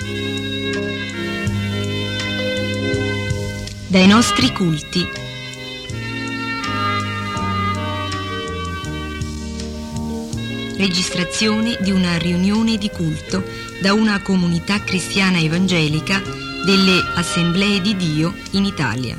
Dai nostri culti. Registrazione di una riunione di culto da una comunità cristiana evangelica delle Assemblee di Dio in Italia.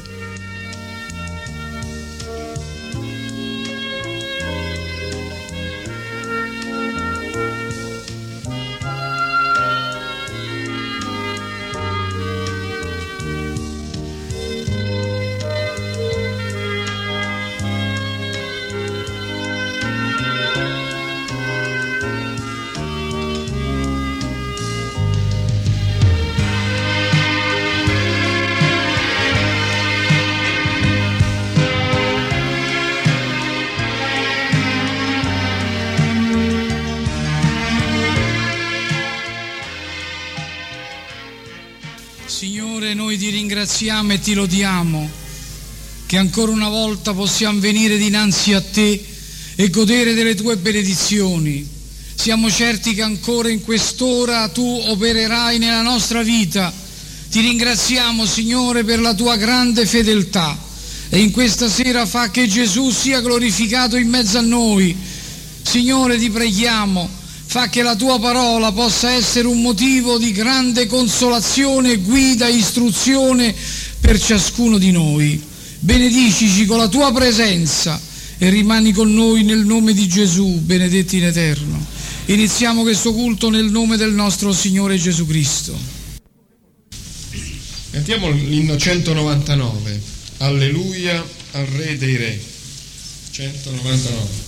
Signore, noi ti ringraziamo e ti lodiamo che ancora una volta possiamo venire dinanzi a te e godere delle tue benedizioni. Siamo certi che ancora in quest'ora tu opererai nella nostra vita. Ti ringraziamo, Signore, per la tua grande fedeltà, e in questa sera fa che Gesù sia glorificato in mezzo a noi. Signore, ti preghiamo, fa che la tua parola possa essere un motivo di grande consolazione, guida e istruzione per ciascuno di noi. Benedicici con la tua presenza e rimani con noi nel nome di Gesù, benedetti in eterno. Iniziamo questo culto nel nome del nostro Signore Gesù Cristo. Cantiamo l'inno 199, Alleluia al Re dei Re. 199.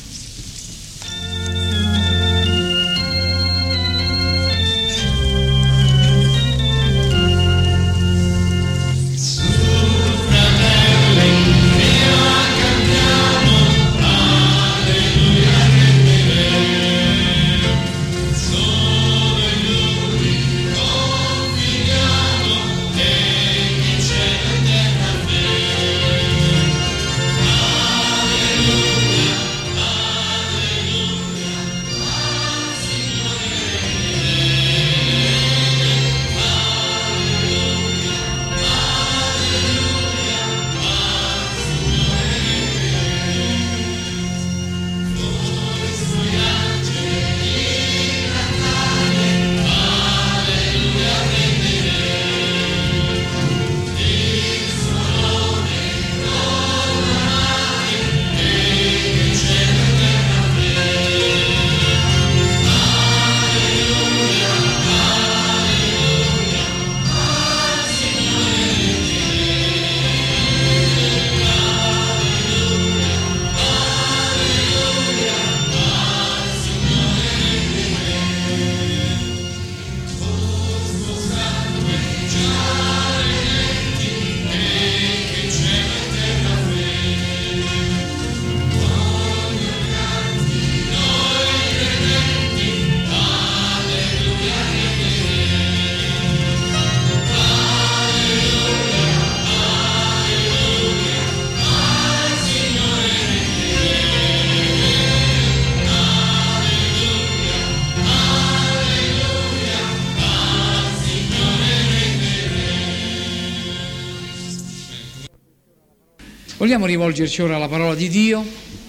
Vogliamo rivolgerci ora alla parola di Dio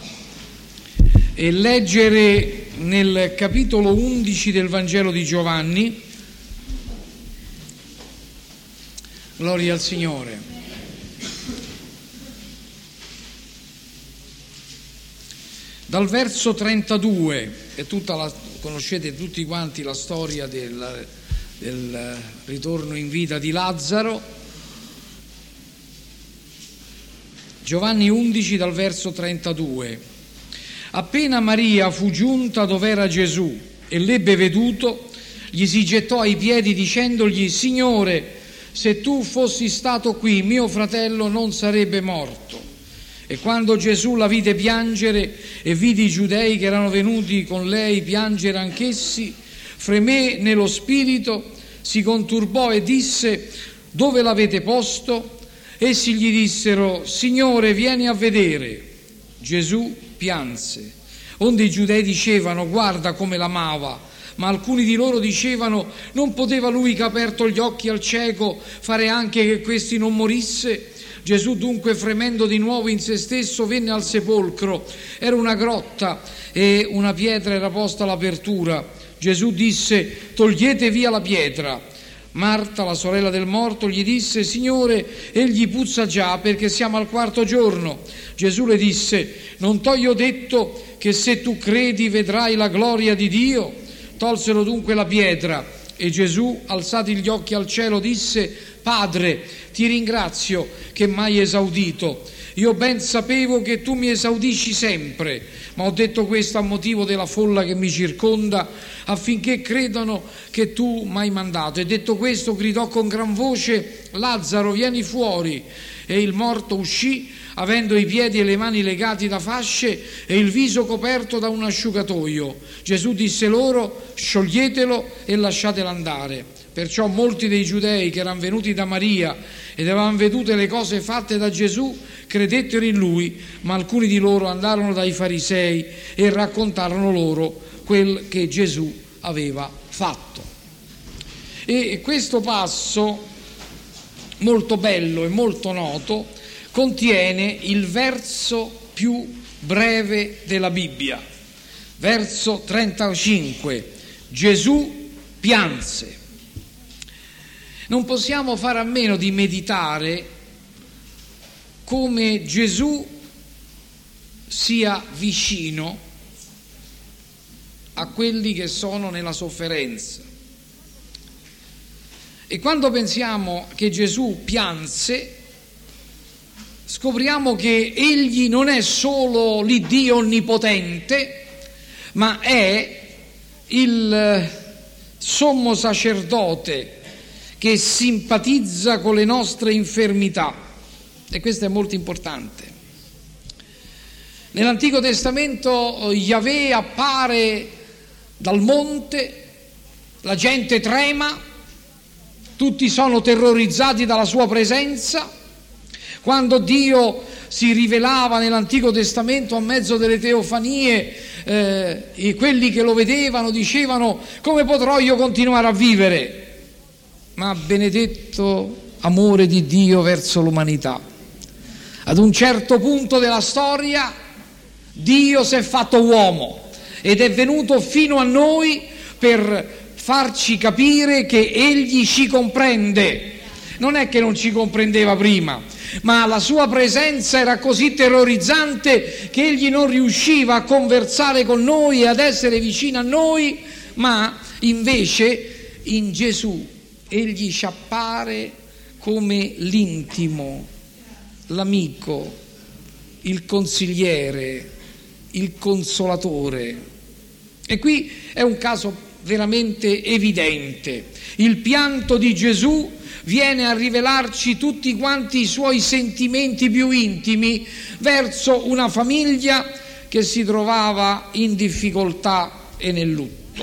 e leggere nel capitolo 11 del Vangelo di Giovanni. Gloria al Signore. Dal verso 32, conoscete tutti quanti la storia del ritorno in vita di Lazzaro. Giovanni 11 dal verso 32. Appena Maria fu giunta dove era Gesù e l'ebbe veduto, gli si gettò ai piedi dicendogli: Signore, se tu fossi stato qui, mio fratello non sarebbe morto. E quando Gesù la vide piangere e vide i giudei che erano venuti con lei piangere anch'essi, fremé nello spirito, si conturbò e disse: dove l'avete posto? Essi gli dissero: Signore, vieni a vedere. Gesù pianse. Onde i giudei dicevano: guarda come l'amava. Ma alcuni di loro dicevano: non poteva lui che ha aperto gli occhi al cieco fare anche che questi non morisse? Gesù dunque, fremendo di nuovo in se stesso, venne al sepolcro. Era una grotta e una pietra era posta all'apertura. Gesù disse: togliete via la pietra. Marta, la sorella del morto, gli disse: Signore, egli puzza già, perché siamo al quarto giorno. Gesù le disse: non t'ho io detto che se tu credi vedrai la gloria di Dio? Tolsero dunque la pietra e Gesù, alzati gli occhi al cielo, disse: Padre, ti ringrazio che m'hai esaudito. Io ben sapevo che tu mi esaudisci sempre, ma ho detto questo a motivo della folla che mi circonda, affinché credano che tu m'hai mandato. E detto questo gridò con gran voce: Lazzaro, vieni fuori. E il morto uscì, avendo i piedi e le mani legati da fasce e il viso coperto da un asciugatoio. Gesù disse loro: scioglietelo e lasciatelo andare. Perciò molti dei giudei che erano venuti da Maria ed avevano vedute le cose fatte da Gesù credettero in lui, ma alcuni di loro andarono dai farisei e raccontarono loro quel che Gesù aveva fatto. E questo passo, molto bello e molto noto, contiene il verso più breve della Bibbia, verso 35. Gesù pianse. Non possiamo fare a meno di meditare come Gesù sia vicino a quelli che sono nella sofferenza. E quando pensiamo che Gesù pianse, scopriamo che egli non è solo l'Iddio onnipotente, ma è il sommo sacerdote che simpatizza con le nostre infermità, e questo è molto importante. Nell'Antico Testamento Yahweh appare dal monte, la gente trema, tutti sono terrorizzati dalla sua presenza. Quando Dio si rivelava nell'Antico Testamento a mezzo delle teofanie, e quelli che lo vedevano dicevano: come potrò io continuare a vivere? Ma benedetto amore di Dio verso l'umanità. Ad un certo punto della storia Dio si è fatto uomo ed è venuto fino a noi per farci capire che egli ci comprende. Non è che non ci comprendeva prima, ma la sua presenza era così terrorizzante che egli non riusciva a conversare con noi e ad essere vicino a noi, ma invece in Gesù egli ci appare come l'intimo, l'amico, il consigliere, il consolatore. E qui è un caso veramente evidente. Il pianto di Gesù viene a rivelarci tutti quanti i suoi sentimenti più intimi verso una famiglia che si trovava in difficoltà e nel lutto.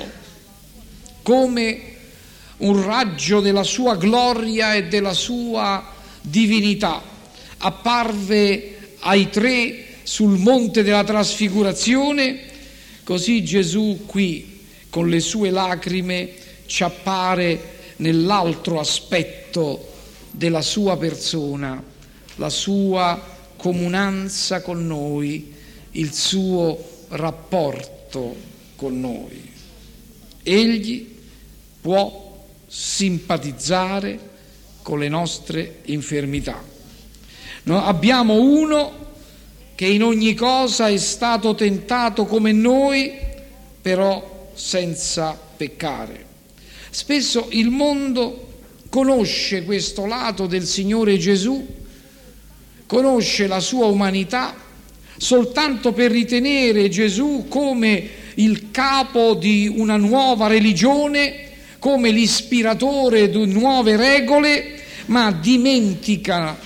Come un raggio della sua gloria e della sua divinità apparve ai tre sul monte della trasfigurazione, così Gesù qui con le sue lacrime ci appare nell'altro aspetto della sua persona, la sua comunanza con noi, il suo rapporto con noi. Egli può simpatizzare con le nostre infermità. Abbiamo uno che in ogni cosa è stato tentato come noi, però senza peccare. Spesso il mondo conosce questo lato del Signore Gesù, conosce la sua umanità soltanto per ritenere Gesù come il capo di una nuova religione, come l'ispiratore di nuove regole, ma dimentica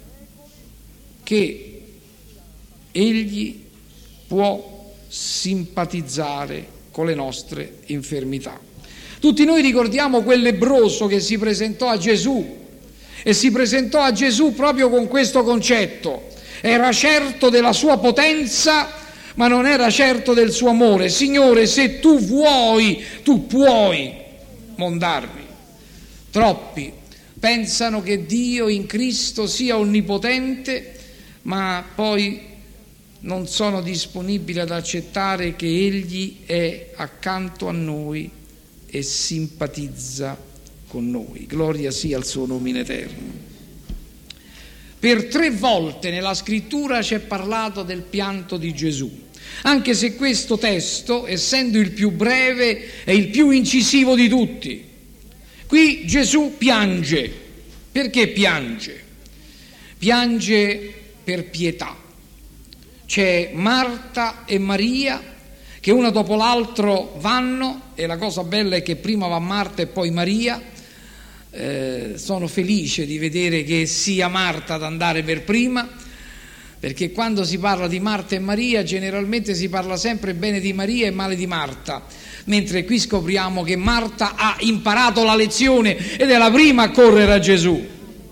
che egli può simpatizzare con le nostre infermità. Tutti noi ricordiamo quel lebbroso che si presentò a Gesù, e si presentò a Gesù proprio con questo concetto: era certo della sua potenza, ma non era certo del suo amore. Signore, se tu vuoi, tu puoi mondarmi. Troppi pensano che Dio in Cristo sia onnipotente, ma poi non sono disponibili ad accettare che Egli è accanto a noi e simpatizza con noi. Gloria sia al suo nome in eterno. Per 3 volte nella scrittura c'è parlato del pianto di Gesù, anche se questo testo, essendo il più breve, è il più incisivo di tutti. Qui Gesù piange. Perché piange? Piange per pietà. C'è Marta e Maria che una dopo l'altro vanno, e la cosa bella è che prima va Marta e poi Maria. Sono felice di vedere che sia Marta ad andare per prima, perché quando si parla di Marta e Maria generalmente si parla sempre bene di Maria e male di Marta, mentre qui scopriamo che Marta ha imparato la lezione ed è la prima a correre a Gesù.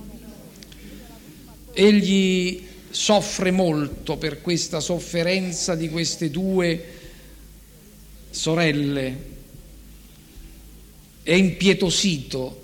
Egli soffre molto per questa sofferenza di queste 2 sorelle, è impietosito,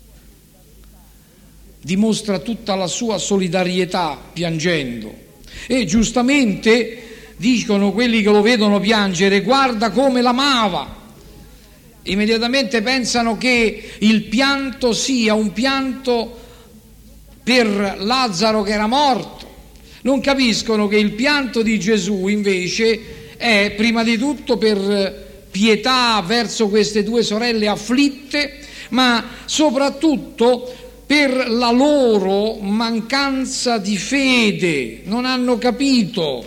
dimostra tutta la sua solidarietà piangendo, e giustamente dicono quelli che lo vedono piangere: guarda come l'amava. Immediatamente pensano che il pianto sia un pianto per Lazzaro che era morto, non capiscono che il pianto di Gesù invece è prima di tutto per pietà verso queste 2 sorelle afflitte, ma soprattutto per la loro mancanza di fede. Non hanno capito.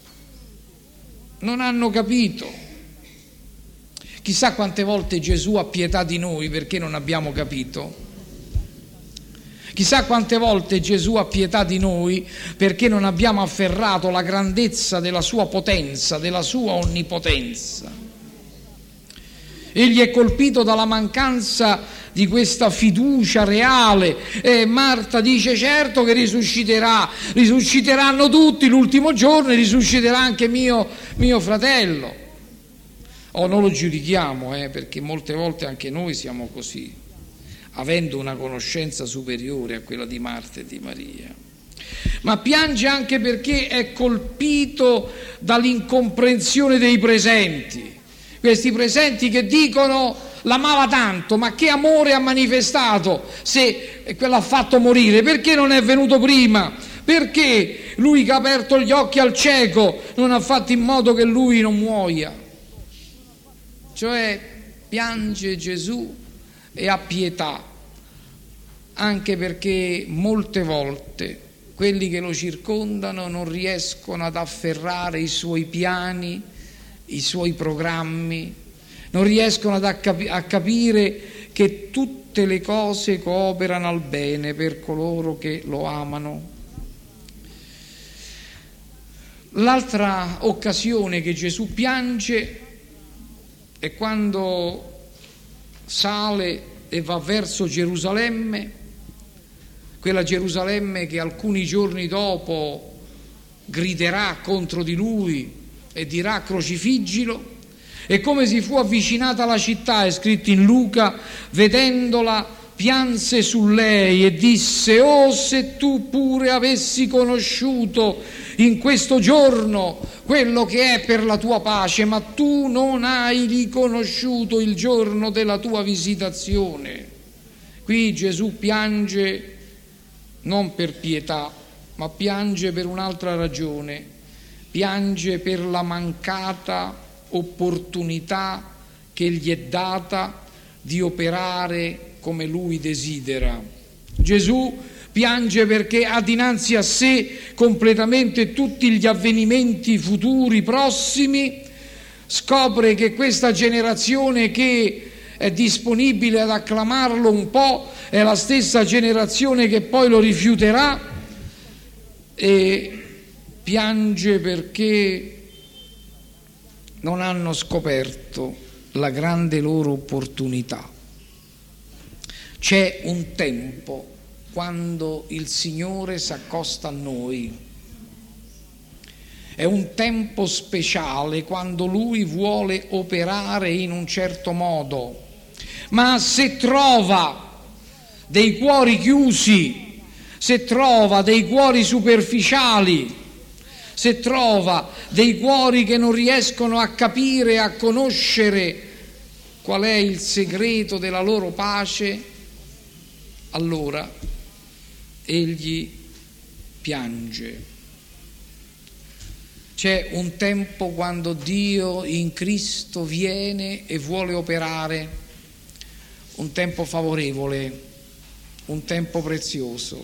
Chissà quante volte Gesù ha pietà di noi perché non abbiamo capito. Chissà quante volte Gesù ha pietà di noi perché non abbiamo afferrato la grandezza della sua potenza, della sua onnipotenza. Egli è colpito dalla mancanza di questa fiducia reale, e Marta dice: certo che risusciteranno tutti l'ultimo giorno, e risusciterà anche mio fratello. Non lo giudichiamo, perché molte volte anche noi siamo così, avendo una conoscenza superiore a quella di Marta e di Maria. Ma piange anche perché è colpito dall'incomprensione dei presenti. Questi presenti che dicono: l'amava tanto, ma che amore ha manifestato se l'ha fatto morire? Perché non è venuto prima? Perché lui che ha aperto gli occhi al cieco non ha fatto in modo che lui non muoia? Cioè piange Gesù e ha pietà, anche perché molte volte quelli che lo circondano non riescono ad afferrare i suoi piani, i suoi programmi, non riescono a capire che tutte le cose cooperano al bene per coloro che lo amano. L'altra occasione che Gesù piange è quando sale e va verso Gerusalemme, quella Gerusalemme che alcuni giorni dopo griderà contro di lui e dirà: crocifiggilo. E come si fu avvicinata alla città, è scritto in Luca, vedendola pianse su lei e disse: oh, se tu pure avessi conosciuto in questo giorno quello che è per la tua pace, ma tu non hai riconosciuto il giorno della tua visitazione. Qui Gesù piange non per pietà, ma piange per un'altra ragione, piange per la mancata opportunità che gli è data di operare come lui desidera. Gesù piange perché ha dinanzi a sé completamente tutti gli avvenimenti futuri, prossimi, scopre che questa generazione che è disponibile ad acclamarlo un po' è la stessa generazione che poi lo rifiuterà, e piange perché non hanno scoperto la grande loro opportunità. C'è un tempo quando il Signore s'accosta a noi è un tempo speciale quando Lui vuole operare in un certo modo. Ma se trova dei cuori chiusi, se trova dei cuori superficiali, se trova dei cuori che non riescono a capire, a conoscere qual è il segreto della loro pace, allora Egli piange. C'è un tempo quando Dio in Cristo viene e vuole operare, un tempo favorevole, un tempo prezioso.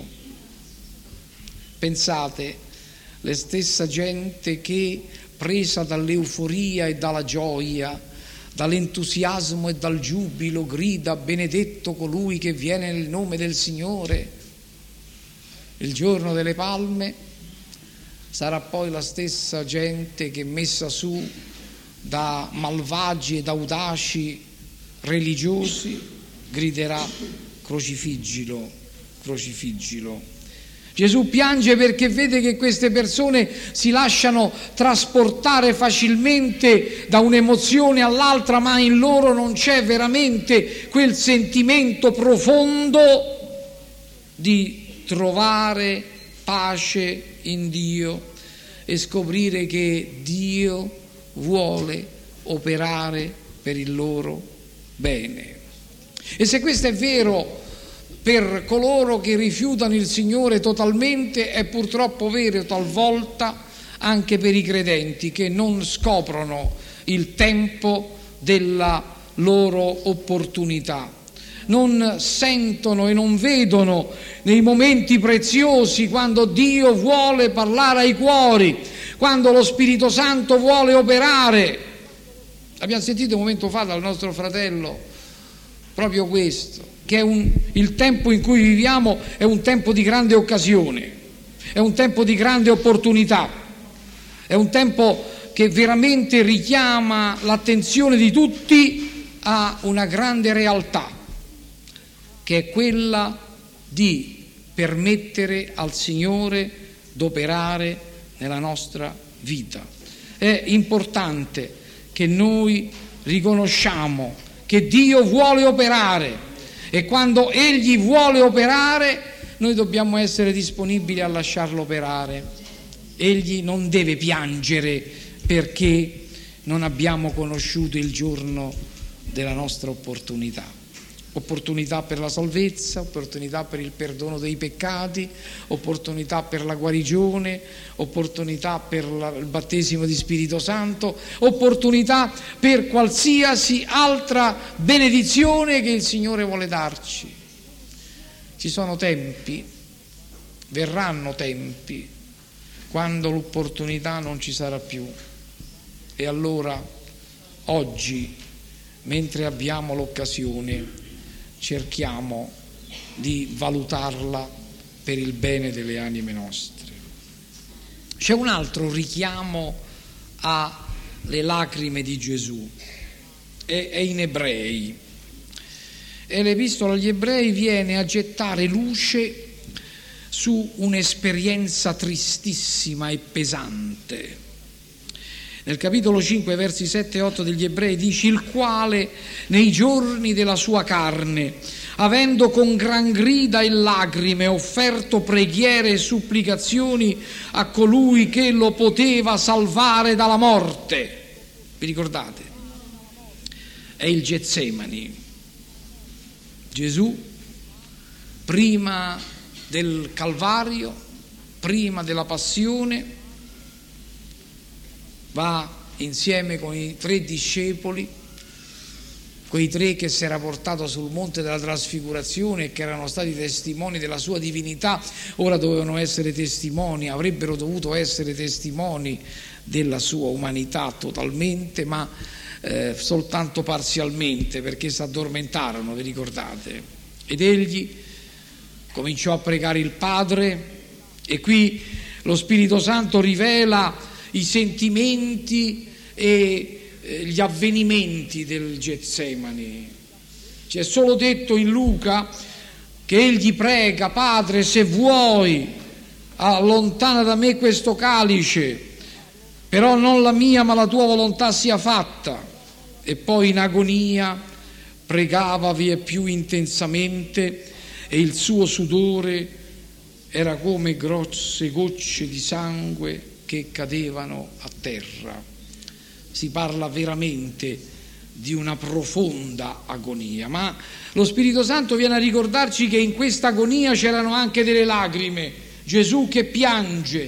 Pensate, la stessa gente che, presa dall'euforia e dalla gioia, dall'entusiasmo e dal giubilo, grida: benedetto colui che viene nel nome del Signore, il giorno delle Palme, sarà poi la stessa gente che, messa su da malvagi ed audaci religiosi, griderà: crocifiggilo, crocifiggilo. Gesù piange perché vede che queste persone si lasciano trasportare facilmente da un'emozione all'altra, ma in loro non c'è veramente quel sentimento profondo di trovare pace in Dio e scoprire che Dio vuole operare per il loro bene. E se questo è vero per coloro che rifiutano il Signore totalmente, è purtroppo vero talvolta anche per i credenti che non scoprono il tempo della loro opportunità, non sentono e non vedono nei momenti preziosi quando Dio vuole parlare ai cuori, quando lo Spirito Santo vuole operare. Abbiamo sentito un momento fa dal nostro fratello proprio questo, che il tempo in cui viviamo è un tempo di grande occasione, è un tempo di grande opportunità, è un tempo che veramente richiama l'attenzione di tutti a una grande realtà, che è quella di permettere al Signore d'operare nella nostra vita. È importante che noi riconosciamo che Dio vuole operare, e quando Egli vuole operare noi dobbiamo essere disponibili a lasciarlo operare. Egli non deve piangere perché non abbiamo conosciuto il giorno della nostra opportunità. Opportunità per la salvezza, opportunità per il perdono dei peccati, opportunità per la guarigione, opportunità per il battesimo di Spirito Santo, opportunità per qualsiasi altra benedizione che il Signore vuole darci. Ci sono tempi, verranno tempi, quando l'opportunità non ci sarà più. E allora, oggi, mentre abbiamo l'occasione, cerchiamo di valutarla per il bene delle anime nostre. C'è un altro richiamo alle lacrime di Gesù, è in Ebrei, e l'Epistola agli Ebrei viene a gettare luce su un'esperienza tristissima e pesante. Nel capitolo 5, versi 7 e 8 degli Ebrei dice: il quale nei giorni della sua carne, avendo con gran grida e lacrime offerto preghiere e supplicazioni a colui che lo poteva salvare dalla morte. Vi ricordate? È il Getsemani. Gesù, prima del Calvario, prima della passione, va insieme con i 3 discepoli, quei 3 che si era portato sul monte della trasfigurazione e che erano stati testimoni della sua divinità, ora dovevano essere testimoni, avrebbero dovuto essere testimoni della sua umanità totalmente, ma soltanto parzialmente, perché si addormentarono, vi ricordate? Ed egli cominciò a pregare il Padre, e qui lo Spirito Santo rivela i sentimenti e gli avvenimenti del Getsemani. C'è solo detto in Luca che egli prega: Padre, se vuoi, allontana da me questo calice, Però non la mia ma la tua volontà sia fatta. E poi in agonia pregava vie più intensamente e il suo sudore era come grosse gocce di sangue che cadevano a terra. Si parla veramente di una profonda agonia, ma lo Spirito Santo viene a ricordarci che in questa agonia c'erano anche delle lacrime. Gesù che piange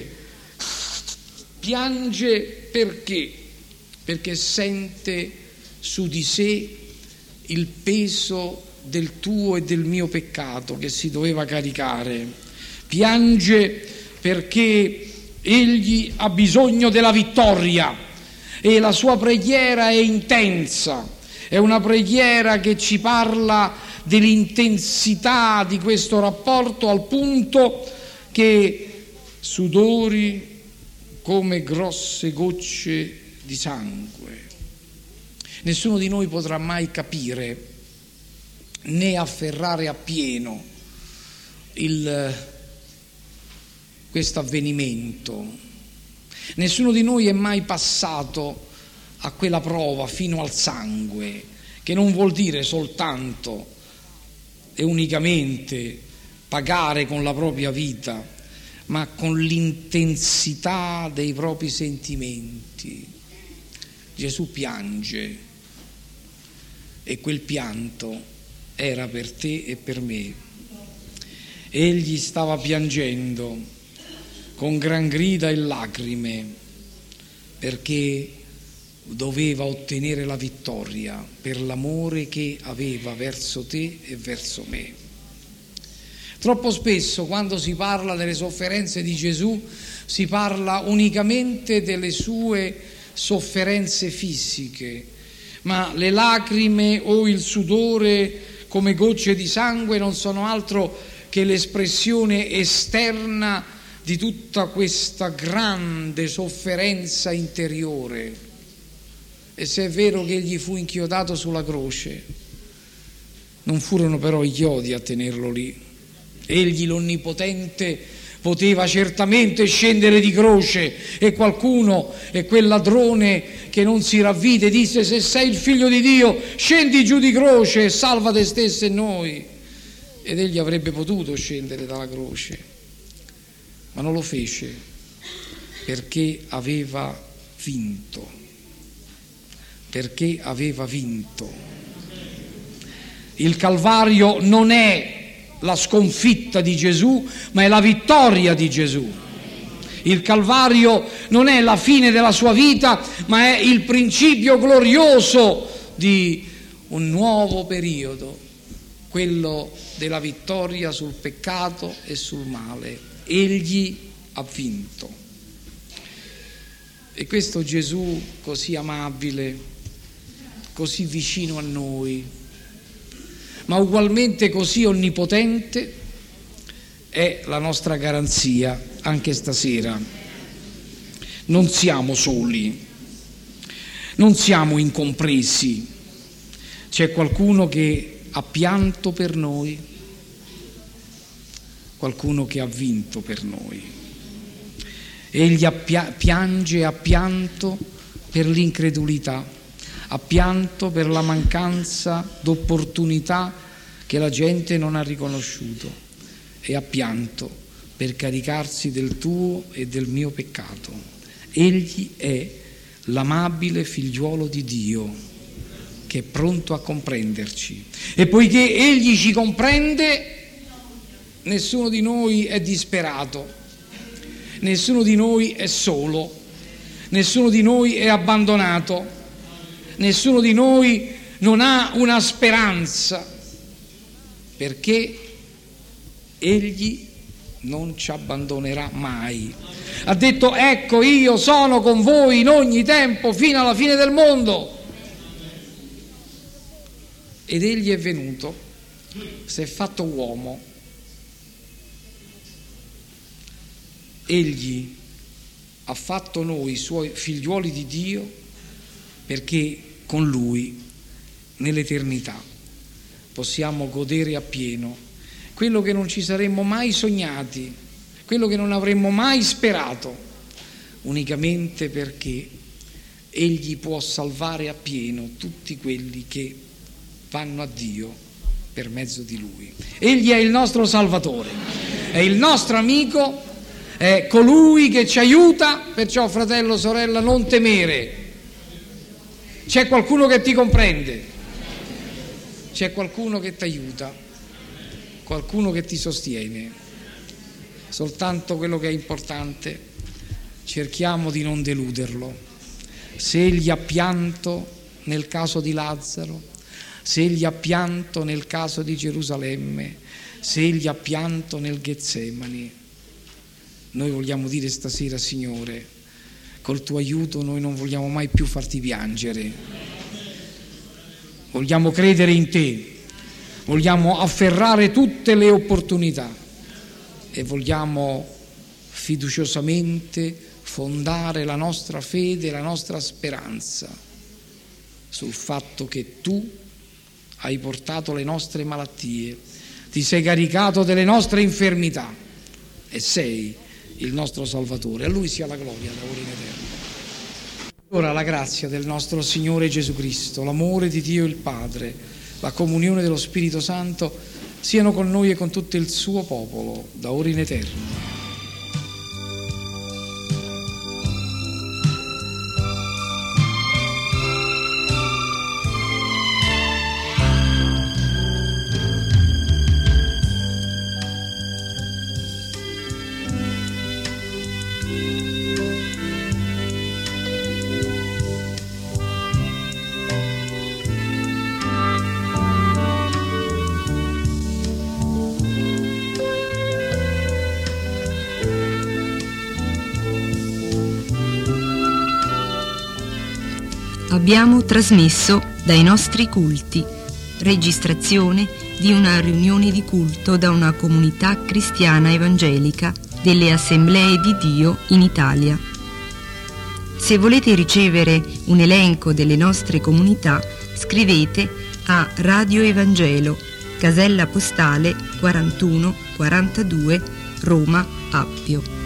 perché? Perché sente su di sé il peso del tuo e del mio peccato che si doveva caricare. Piange perché egli ha bisogno della vittoria e la sua preghiera è intensa, è una preghiera che ci parla dell'intensità di questo rapporto al punto che sudori come grosse gocce di sangue. Nessuno di noi potrà mai capire né afferrare appieno questo avvenimento. Nessuno di noi è mai passato a quella prova fino al sangue, che non vuol dire soltanto e unicamente pagare con la propria vita, ma con l'intensità dei propri sentimenti. Gesù piange e quel pianto era per te e per me. Egli stava piangendo con gran grida e lacrime perché doveva ottenere la vittoria per l'amore che aveva verso te e verso me. Troppo spesso quando si parla delle sofferenze di Gesù si parla unicamente delle sue sofferenze fisiche, ma le lacrime o il sudore come gocce di sangue non sono altro che l'espressione esterna di tutta questa grande sofferenza interiore. E se è vero che egli fu inchiodato sulla croce, non furono però i chiodi a tenerlo lì. Egli l'Onnipotente poteva certamente scendere di croce e qualcuno, e quel ladrone che non si ravvide, disse: se sei il figlio di Dio scendi giù di croce e salva te stesso e noi. Ed egli avrebbe potuto scendere dalla croce, ma non lo fece perché aveva vinto. Perché aveva vinto. Il Calvario non è la sconfitta di Gesù, ma è la vittoria di Gesù. Il Calvario non è la fine della sua vita, ma è il principio glorioso di un nuovo periodo, quello della vittoria sul peccato e sul male. Egli ha vinto. E questo Gesù così amabile, così vicino a noi, ma ugualmente così onnipotente, è la nostra garanzia anche stasera. Non siamo soli, non siamo incompresi. C'è qualcuno che ha pianto per noi, qualcuno che ha vinto per noi. Egli piange, ha pianto per l'incredulità, ha pianto per la mancanza d'opportunità che la gente non ha riconosciuto e ha pianto per caricarsi del tuo e del mio peccato. Egli è l'amabile figliuolo di Dio che è pronto a comprenderci, e poiché egli ci comprende, nessuno di noi è disperato, nessuno di noi è solo, nessuno di noi è abbandonato, nessuno di noi non ha una speranza, perché egli non ci abbandonerà mai. Ha detto: ecco, io sono con voi in ogni tempo fino alla fine del mondo. Ed egli è venuto, si è fatto uomo. Egli ha fatto noi suoi figliuoli di Dio, perché con lui nell'eternità possiamo godere appieno quello che non ci saremmo mai sognati, quello che non avremmo mai sperato, unicamente perché Egli può salvare appieno tutti quelli che vanno a Dio per mezzo di Lui. Egli è il nostro Salvatore, è il nostro amico, è colui che ci aiuta, perciò fratello, sorella, non temere. C'è qualcuno che ti comprende, c'è qualcuno che ti aiuta, qualcuno che ti sostiene. Soltanto quello che è importante, cerchiamo di non deluderlo. Se Egli ha pianto nel caso di Lazzaro, se Egli ha pianto nel caso di Gerusalemme, se Egli ha pianto nel Getsemani, noi vogliamo dire stasera: Signore, col tuo aiuto noi non vogliamo mai più farti piangere, vogliamo credere in te, vogliamo afferrare tutte le opportunità e vogliamo fiduciosamente fondare la nostra fede, la nostra speranza sul fatto che tu hai portato le nostre malattie, ti sei caricato delle nostre infermità e sei il nostro Salvatore. A Lui sia la gloria da ora in eterno. Ora la grazia del nostro Signore Gesù Cristo, l'amore di Dio il Padre, la comunione dello Spirito Santo siano con noi e con tutto il suo popolo da ora in eterno. Abbiamo trasmesso dai nostri culti, registrazione di una riunione di culto da una comunità cristiana evangelica delle Assemblee di Dio in Italia. Se volete ricevere un elenco delle nostre comunità, scrivete a Radio Evangelo, casella postale 4142, Roma, Appio.